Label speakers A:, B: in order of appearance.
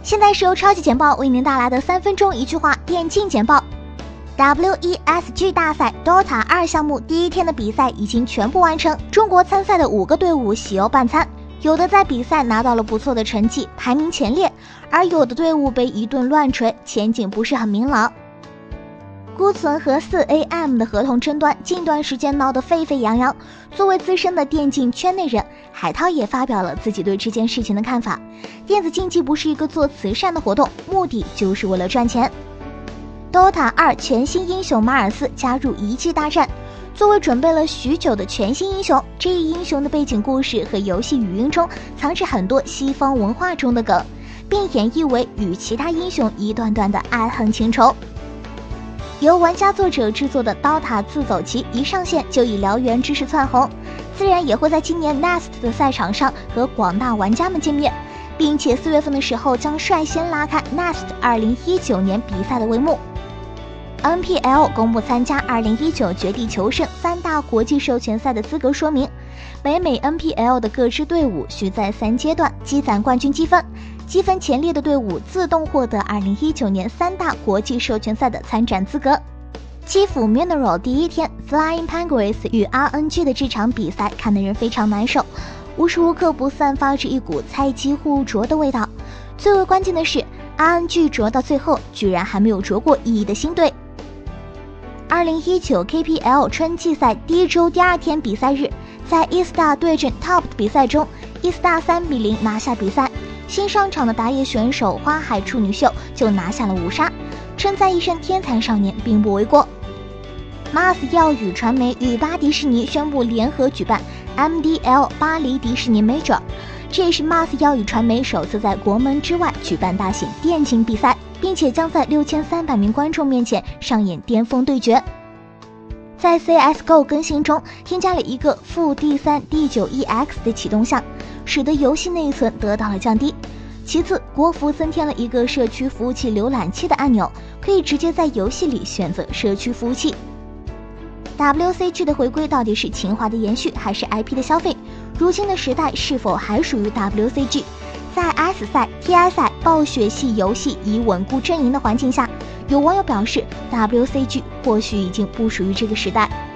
A: 现在是由超级简报为您带来的3分钟一句话电竞简报。WESG 大赛 Dota 2项目第一天的比赛已经全部完成，中国参赛的5个队伍喜忧办参，有的在比赛拿到了不错的成绩，排名前列，而有的队伍被一顿乱锤，前景不是很明朗。孤存和4AM 的合同争端近段时间闹得沸沸扬扬，作为资深的电竞圈内人，海涛也发表了自己对这件事情的看法。电子竞技不是一个做慈善的活动，目的就是为了赚钱。Dota 2全新英雄马尔斯加入一季大战，作为准备了许久的全新英雄，这一英雄的背景故事和游戏语音中藏着很多西方文化中的梗，并演绎为与其他英雄一段段的爱恨情仇。由玩家作者制作的刀塔自走棋一上线就以燎原之势窜红，自然也会在今年 Nest 的赛场上和广大玩家们见面，并且4月份的时候将率先拉开 Nest 2019年比赛的帷幕。NPL 公布参加2019绝地求胜3大国际授权赛的资格说明，北美 NPL 的各支队伍需在3阶段积攒冠军积分，积分前列的队伍自动获得2019年3大国际授权赛的参战资格。基辅 Mineral 第一天 Flying Penguins 与 RNG 的这场比赛看得人非常难受，无时无刻不散发着一股菜鸡互啄的味道。最为关键的是 RNG 啄到最后居然还没有啄过意义的新队。2019 KPL 春季赛第一周第2天比赛日，在 eStar 对阵 Top 的比赛中 eStar 3-0拿下比赛，新上场的打野选手花海处女秀就拿下了5杀，称赞一声天才少年并不为过。Mars 耀宇传媒与巴迪士尼宣布联合举办 MDL 巴黎迪士尼 Major， 这也是 Mars 耀宇传媒首次在国门之外举办大型电竞比赛，并且将在6300名观众面前上演巅峰对决。在 CSGO 更新中添加了一个-D3D9EX 的启动项，使得游戏内存得到了降低。其次，国服增添了一个社区服务器浏览器的按钮，可以直接在游戏里选择社区服务器。WCG 的回归到底是情怀的延续还是 IP 的消费？如今的时代是否还属于 WCG？ 在 S 赛、TI 赛、暴雪系游戏已稳固阵营的环境下，有网友表示 WCG 或许已经不属于这个时代。